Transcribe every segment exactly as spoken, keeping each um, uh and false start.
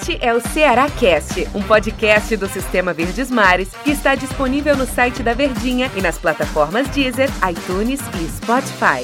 Este é o Ceará Cast, um podcast do Sistema Verdes Mares que está disponível no site da Verdinha e nas plataformas Deezer, iTunes e Spotify.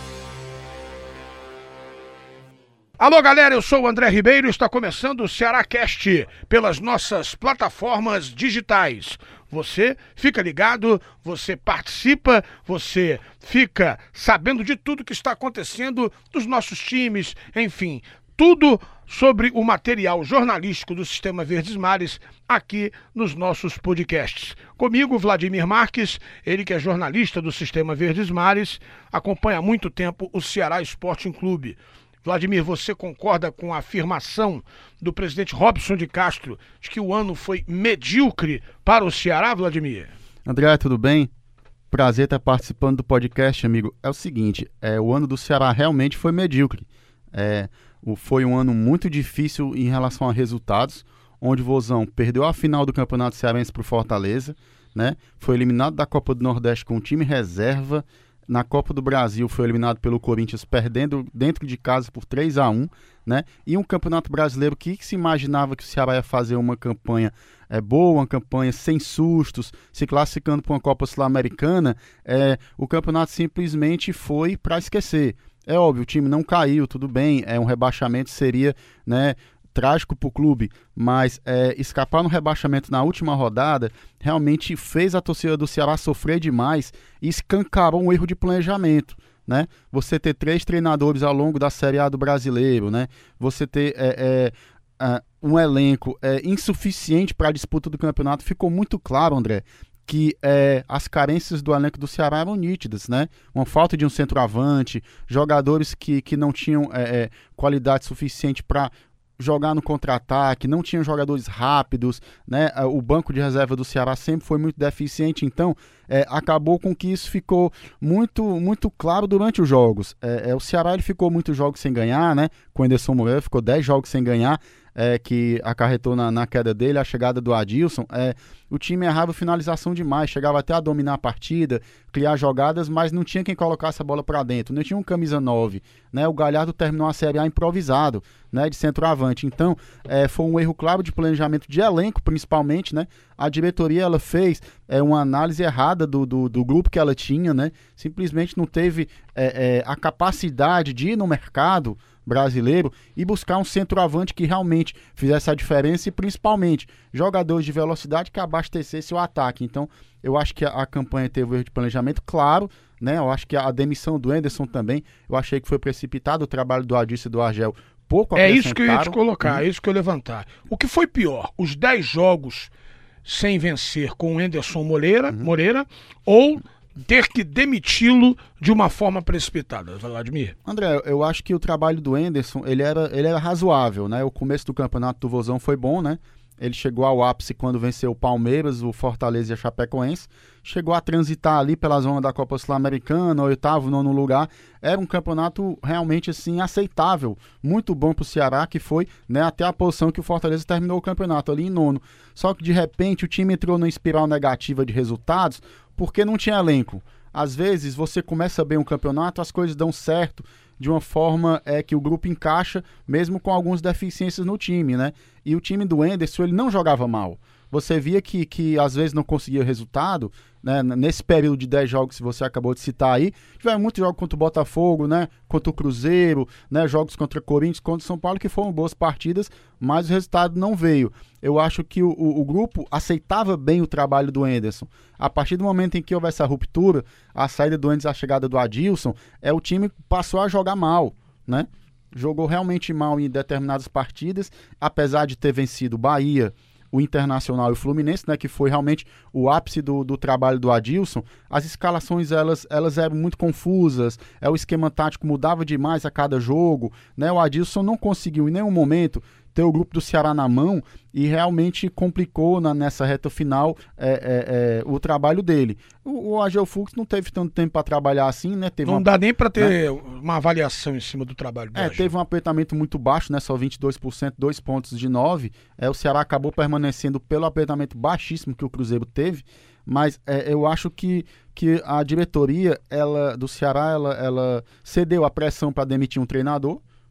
Alô, galera, eu sou o André Ribeiro e está começando o Ceará Cast pelas nossas plataformas digitais. Você fica ligado, você participa, você fica sabendo de tudo que está acontecendo dos nossos times, enfim, tudo sobre o material jornalístico do Sistema Verdes Mares aqui nos nossos podcasts. Comigo, Vladimir Marques, ele que é jornalista do Sistema Verdes Mares, acompanha há muito tempo o Ceará Sporting Clube. Vladimir, você concorda com a afirmação do presidente Robson de Castro de que o ano foi medíocre para o Ceará, Vladimir? André, tudo bem? Prazer estar participando do podcast, amigo. É o seguinte, é, o ano do Ceará realmente foi medíocre. É, o, foi um ano muito difícil em relação a resultados, onde o Vozão perdeu a final do Campeonato Cearense para o Fortaleza, né? Foi eliminado da Copa do Nordeste com time reserva. Na Copa do Brasil foi eliminado pelo Corinthians, perdendo dentro de casa por três a um, né? E um Campeonato Brasileiro que se imaginava que o Ceará ia fazer uma campanha é, boa, uma campanha sem sustos, se classificando para uma Copa Sul-Americana, é, o campeonato simplesmente foi para esquecer. É óbvio, o time não caiu, tudo bem, é um rebaixamento seria, né, trágico para o clube, mas é, escapar no rebaixamento na última rodada realmente fez a torcida do Ceará sofrer demais e escancarou um erro de planejamento, né? Você ter três treinadores ao longo da Série A do Brasileiro, né? Você ter é, é, é, um elenco é, insuficiente para a disputa do campeonato, ficou muito claro, André, que é, as carências do elenco do Ceará eram nítidas, né? Uma falta de um centroavante, jogadores que, que não tinham é, é, qualidade suficiente para jogar no contra-ataque, não tinham jogadores rápidos, né? O banco de reserva do Ceará sempre foi muito deficiente, então é, acabou com que isso ficou muito, muito claro durante os jogos. É, é, o Ceará ele ficou muitos jogos sem ganhar, né? Com o Anderson Moreira ficou dez jogos sem ganhar, é, que acarretou na, na queda dele, a chegada do Adilson. É, o time errava finalização demais, chegava até a dominar a partida, criar jogadas, mas não tinha quem colocasse a bola para dentro, não tinha um camisa nove, né? O Galhardo terminou a Série A improvisado, né, de centroavante. Então, é, foi um erro claro de planejamento de elenco, principalmente, né? A diretoria ela fez é, uma análise errada do, do, do grupo que ela tinha, né? Simplesmente não teve é, é, a capacidade de ir no mercado brasileiro e buscar um centroavante que realmente fizesse a diferença e principalmente jogadores de velocidade que abastecesse o ataque. Então eu acho que a, a campanha teve um erro de planejamento, claro, né? Eu acho que a, a demissão do Anderson também, eu achei que foi precipitado, o trabalho do Adilson e do Argel pouco é isso que eu ia te colocar, hum. é isso que eu ia levantar. O que foi pior, os dez jogos sem vencer com o Anderson Moreira, uhum. Moreira ou ter que demiti-lo de uma forma precipitada, Vladimir? André, eu acho que o trabalho do Anderson, ele era, ele era razoável, né? O começo do campeonato do Vozão foi bom, né? Ele chegou ao ápice quando venceu o Palmeiras, o Fortaleza e a Chapecoense. Chegou a transitar ali pela zona da Copa Sul-Americana, oitavo, nono lugar. Era um campeonato realmente assim aceitável, muito bom para o Ceará, que foi, né, até a posição que o Fortaleza terminou o campeonato, ali em nono. Só que de repente o time entrou numa espiral negativa de resultados porque não tinha elenco. Às vezes você começa bem um campeonato, as coisas dão certo de uma forma é, que o grupo encaixa, mesmo com algumas deficiências no time, né? E o time do Anderson, ele não jogava mal. Você via que, que às vezes não conseguia resultado, né? Nesse período de dez jogos que você acabou de citar aí, tiveram muitos jogos contra o Botafogo, né? Contra o Cruzeiro, né? Jogos contra o Corinthians, contra o São Paulo, que foram boas partidas, mas o resultado não veio. Eu acho que o, o, o grupo aceitava bem o trabalho do Anderson. A partir do momento em que houve essa ruptura, a saída do Anderson, a chegada do Adilson, é, o time passou a jogar mal, né? Jogou realmente mal em determinadas partidas, apesar de ter vencido o Bahia, o Internacional e o Fluminense, né, que foi realmente o ápice do, do trabalho do Adilson. As escalações elas, elas eram muito confusas, é, o esquema tático mudava demais a cada jogo, né, o Adilson não conseguiu em nenhum momento ter o grupo do Ceará na mão e realmente complicou na, nessa reta final é, é, é, o trabalho dele. O, o Agel Fux não teve tanto tempo para trabalhar assim, né? Teve não uma, dá nem para ter, né, uma avaliação em cima do trabalho do é, Agel. Teve um apertamento muito baixo, né? Só vinte e dois por cento, dois pontos de nove. É, o Ceará acabou permanecendo pelo apertamento baixíssimo que o Cruzeiro teve, mas é, eu acho que, que a diretoria ela, do Ceará ela, ela cedeu a pressão para demitir um treinador,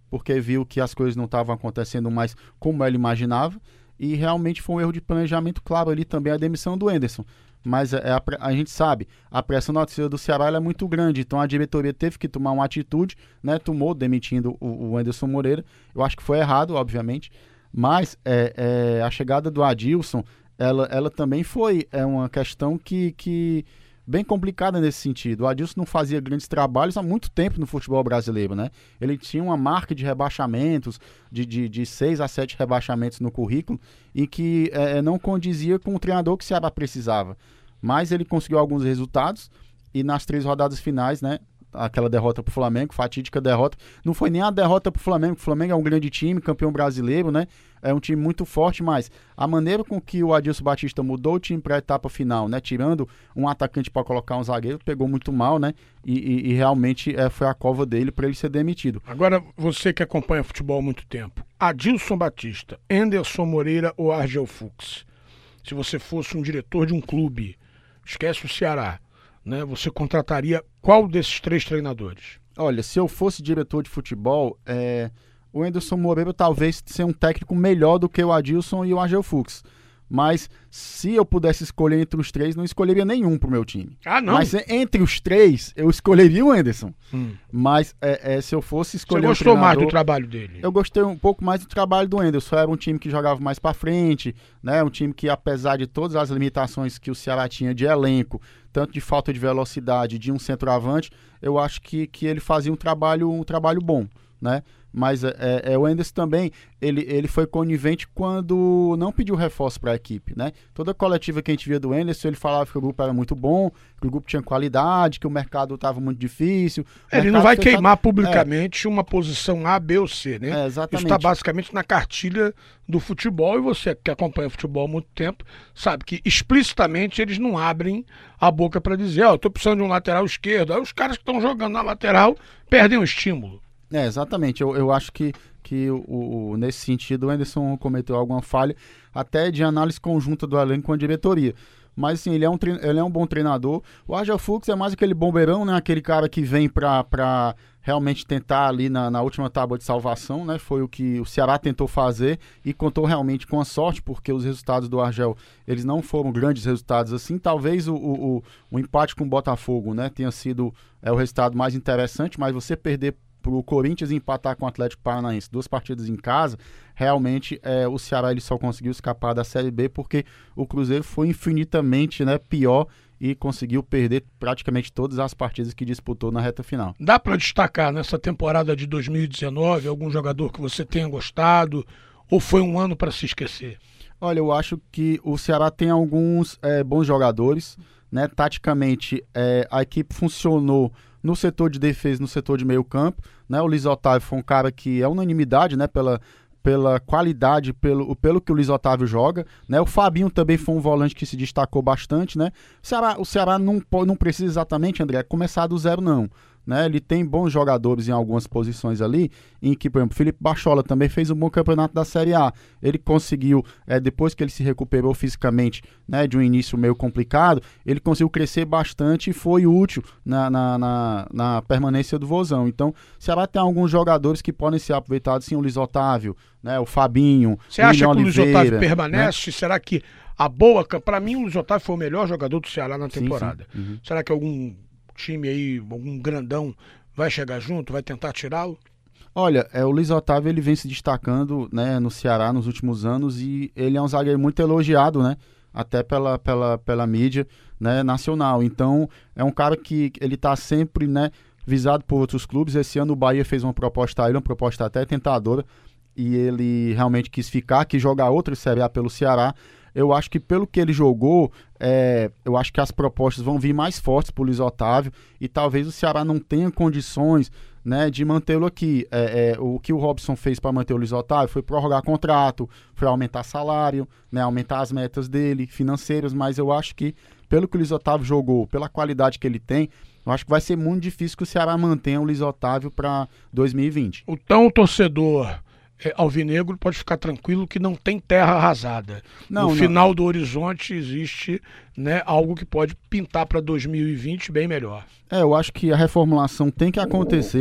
porque viu que as coisas não estavam acontecendo mais como ele imaginava, e realmente foi um erro de planejamento claro ali também a demissão do Anderson. Mas é, a, a gente sabe, a pressão na torcida do Ceará ela é muito grande, então a diretoria teve que tomar uma atitude, né, tomou demitindo o, o Anderson Moreira. Eu acho que foi errado, obviamente, mas é, é, a chegada do Adilson, ela, ela também foi é uma questão que, que bem complicada nesse sentido. O Adilson não fazia grandes trabalhos há muito tempo no futebol brasileiro, né? Ele tinha uma marca de rebaixamentos, de, de, de seis a sete rebaixamentos no currículo, e que é, não condizia com o treinador que o Ceará precisava. Mas ele conseguiu alguns resultados, e nas três rodadas finais, né? Aquela derrota pro Flamengo, fatídica derrota, não foi nem a derrota pro Flamengo, o Flamengo é um grande time, campeão brasileiro, né? É um time muito forte, mas a maneira com que o Adilson Batista mudou o time para a etapa final, né? Tirando um atacante para colocar um zagueiro, pegou muito mal, né? E, e, e realmente é, foi a cova dele para ele ser demitido. Agora, você que acompanha futebol há muito tempo, Adilson Batista, Anderson Moreira ou Argel Fuchs? Se você fosse um diretor de um clube, esquece o Ceará, né? Você contrataria qual desses três treinadores? Olha, se eu fosse diretor de futebol, é, o Anderson Moreira talvez seja um técnico melhor do que o Adilson e o Argel Fuchs. Mas se eu pudesse escolher entre os três, não escolheria nenhum pro meu time. Ah, não? Mas entre os três, eu escolheria o Anderson. Hum. Mas é, é, se eu fosse escolher Você um gostou treinador, mais do trabalho dele? Eu gostei um pouco mais do trabalho do Anderson. Era um time que jogava mais pra frente, né? Um time que, apesar de todas as limitações que o Ceará tinha de elenco, tanto de falta de velocidade, de um centroavante, eu acho que, que ele fazia um trabalho, um trabalho bom, né? Mas é, é, o Anderson também, ele, ele foi conivente quando não pediu reforço para a equipe, né? Toda coletiva que a gente via do Anderson, ele falava que o grupo era muito bom, que o grupo tinha qualidade, que o mercado estava muito difícil. Ele não vai queimar tá... publicamente é. uma posição A, B ou C, né? É, exatamente. Isso está basicamente na cartilha do futebol, e você que acompanha futebol há muito tempo sabe que explicitamente eles não abrem a boca para dizer, ó, oh, eu tô precisando de um lateral esquerdo. Aí os caras que estão jogando na lateral perdem o estímulo. É, exatamente. Eu, eu acho que, que o, o, nesse sentido o Anderson cometeu alguma falha, até de análise conjunta do elenco com a diretoria. Mas assim, ele é um, ele é um bom treinador. O Argel Fuchs é mais aquele bombeirão, né? Aquele cara que vem pra, pra realmente tentar ali na, na última tábua de salvação, né? Foi o que o Ceará tentou fazer e contou realmente com a sorte, porque os resultados do Argel, eles não foram grandes resultados assim. Talvez o, o, o, o empate com o Botafogo, né? Tenha sido é, o resultado mais interessante, mas você perder para o Corinthians empatar com o Atlético Paranaense, duas partidas em casa, realmente é, o Ceará ele só conseguiu escapar da Série B porque o Cruzeiro foi infinitamente, né, pior e conseguiu perder praticamente todas as partidas que disputou na reta final. Dá para destacar nessa temporada de dois mil e dezenove algum jogador que você tenha gostado ou foi um ano para se esquecer? Olha, eu acho que o Ceará tem alguns é, bons jogadores, né? Taticamente é, a equipe funcionou no setor de defesa, no setor de meio campo, né? O Luiz Otávio foi um cara que é unanimidade, né? Pela, pela qualidade, pelo, pelo que o Luiz Otávio joga, né? O Fabinho também foi um volante que se destacou bastante, né? O Ceará, o Ceará não, não precisa exatamente, André, começar do zero, não. Né? Ele tem bons jogadores em algumas posições ali, em que, por exemplo, Felipe Bachola também fez um bom campeonato da Série A. Ele conseguiu, é, depois que ele se recuperou fisicamente, né, de um início meio complicado, ele conseguiu crescer bastante e foi útil na, na, na, na permanência do Vozão. Então, o Ceará tem alguns jogadores que podem ser aproveitados, sim, o Luiz Otávio, né, o Fabinho, Você acha que o Luiz Oliveira, Otávio permanece? Né? Será que a boa... Para mim, o Luiz Otávio foi o melhor jogador do Ceará na temporada. Sim, sim. Uhum. Será que algum time aí, algum grandão vai chegar junto, vai tentar tirá-lo? Olha, é, o Luiz Otávio ele vem se destacando, né, no Ceará nos últimos anos e ele é um zagueiro muito elogiado, né, até pela, pela, pela mídia, né, nacional. Então é um cara que ele está sempre, né, visado por outros clubes. Esse ano o Bahia fez uma proposta a ele, uma proposta até tentadora, e ele realmente quis ficar, quis jogar outra Série A pelo Ceará. Eu acho que pelo que ele jogou, é, eu acho que as propostas vão vir mais fortes para o Luiz Otávio e talvez o Ceará não tenha condições, né, de mantê-lo aqui. É, é, o que o Robson fez para manter o Luiz Otávio foi prorrogar contrato, foi aumentar salário, né, aumentar as metas dele, financeiras, mas eu acho que pelo que o Luiz Otávio jogou, pela qualidade que ele tem, eu acho que vai ser muito difícil que o Ceará mantenha o Luiz Otávio para dois mil e vinte. O tão torcedor... É, alvinegro pode ficar tranquilo que não tem terra arrasada. Não, no não. final do horizonte existe, né, algo que pode pintar para dois mil e vinte bem melhor. É, eu acho que a reformulação tem que acontecer, André.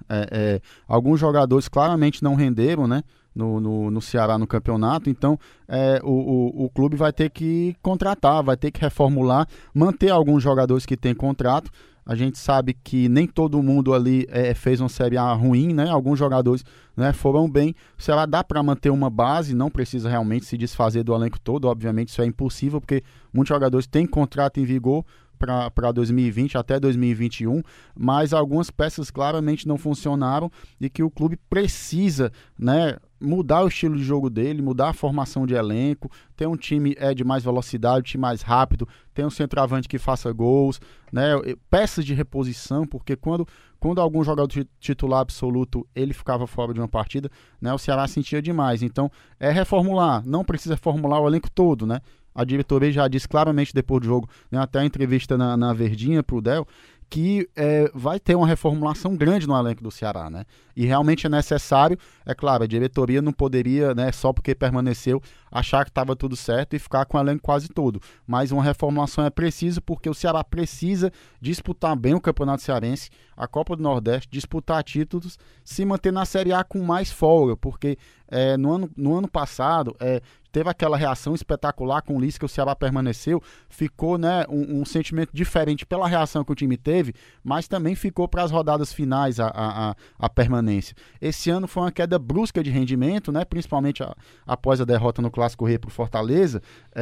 É, é, alguns jogadores claramente não renderam, né? No, no, no Ceará no campeonato, então é, o, o, o clube vai ter que contratar, vai ter que reformular, manter alguns jogadores que têm contrato. A gente sabe que nem todo mundo ali é, fez uma Série A ruim, né? Alguns jogadores, né, foram bem. O Ceará dá para manter uma base, não precisa realmente se desfazer do elenco todo, obviamente isso é impossível, porque muitos jogadores têm contrato em vigor para dois mil e vinte até dois mil e vinte e um, mas algumas peças claramente não funcionaram e que o clube precisa, né, mudar o estilo de jogo dele, mudar a formação de elenco, ter um time é, de mais velocidade, um time mais rápido, ter um centroavante que faça gols, né, peças de reposição, porque quando, quando algum jogador titular absoluto ele ficava fora de uma partida, né, o Ceará sentia demais. Então é reformular, não precisa reformular o elenco todo, né? A diretoria já disse claramente depois do jogo, né, até a entrevista na, na Verdinha pro Del, que é, vai ter uma reformulação grande no elenco do Ceará, né? E realmente é necessário, é claro, a diretoria não poderia, né, só porque permaneceu, achar que estava tudo certo e ficar com o elenco quase todo. Mas uma reformulação é preciso porque o Ceará precisa disputar bem o Campeonato Cearense, a Copa do Nordeste, disputar títulos, se manter na Série A com mais folga, porque é, no, ano, no ano passado é, teve aquela reação espetacular com o Lisca, que o Ceará permaneceu, ficou, né, um, um sentimento diferente pela reação que o time teve, mas também ficou para as rodadas finais a, a, a permanência. Esse ano foi uma queda brusca de rendimento, né, principalmente a, após a derrota no Clássico Rei para o Fortaleza,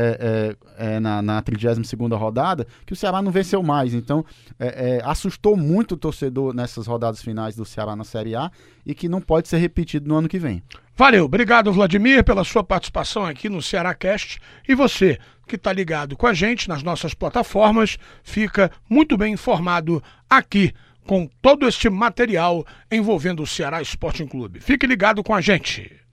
é, é, é, na, na trigésima segunda rodada, que o Ceará não venceu mais. Então, é, é, assustou muito o torcedor nessas rodadas finais do Ceará na Série A e que não pode ser repetido no ano que vem. Valeu, obrigado Vladimir pela sua participação aqui no CearáCast, e você que está ligado com a gente nas nossas plataformas, fica muito bem informado aqui com todo este material envolvendo o Ceará Sporting Clube. Fique ligado com a gente.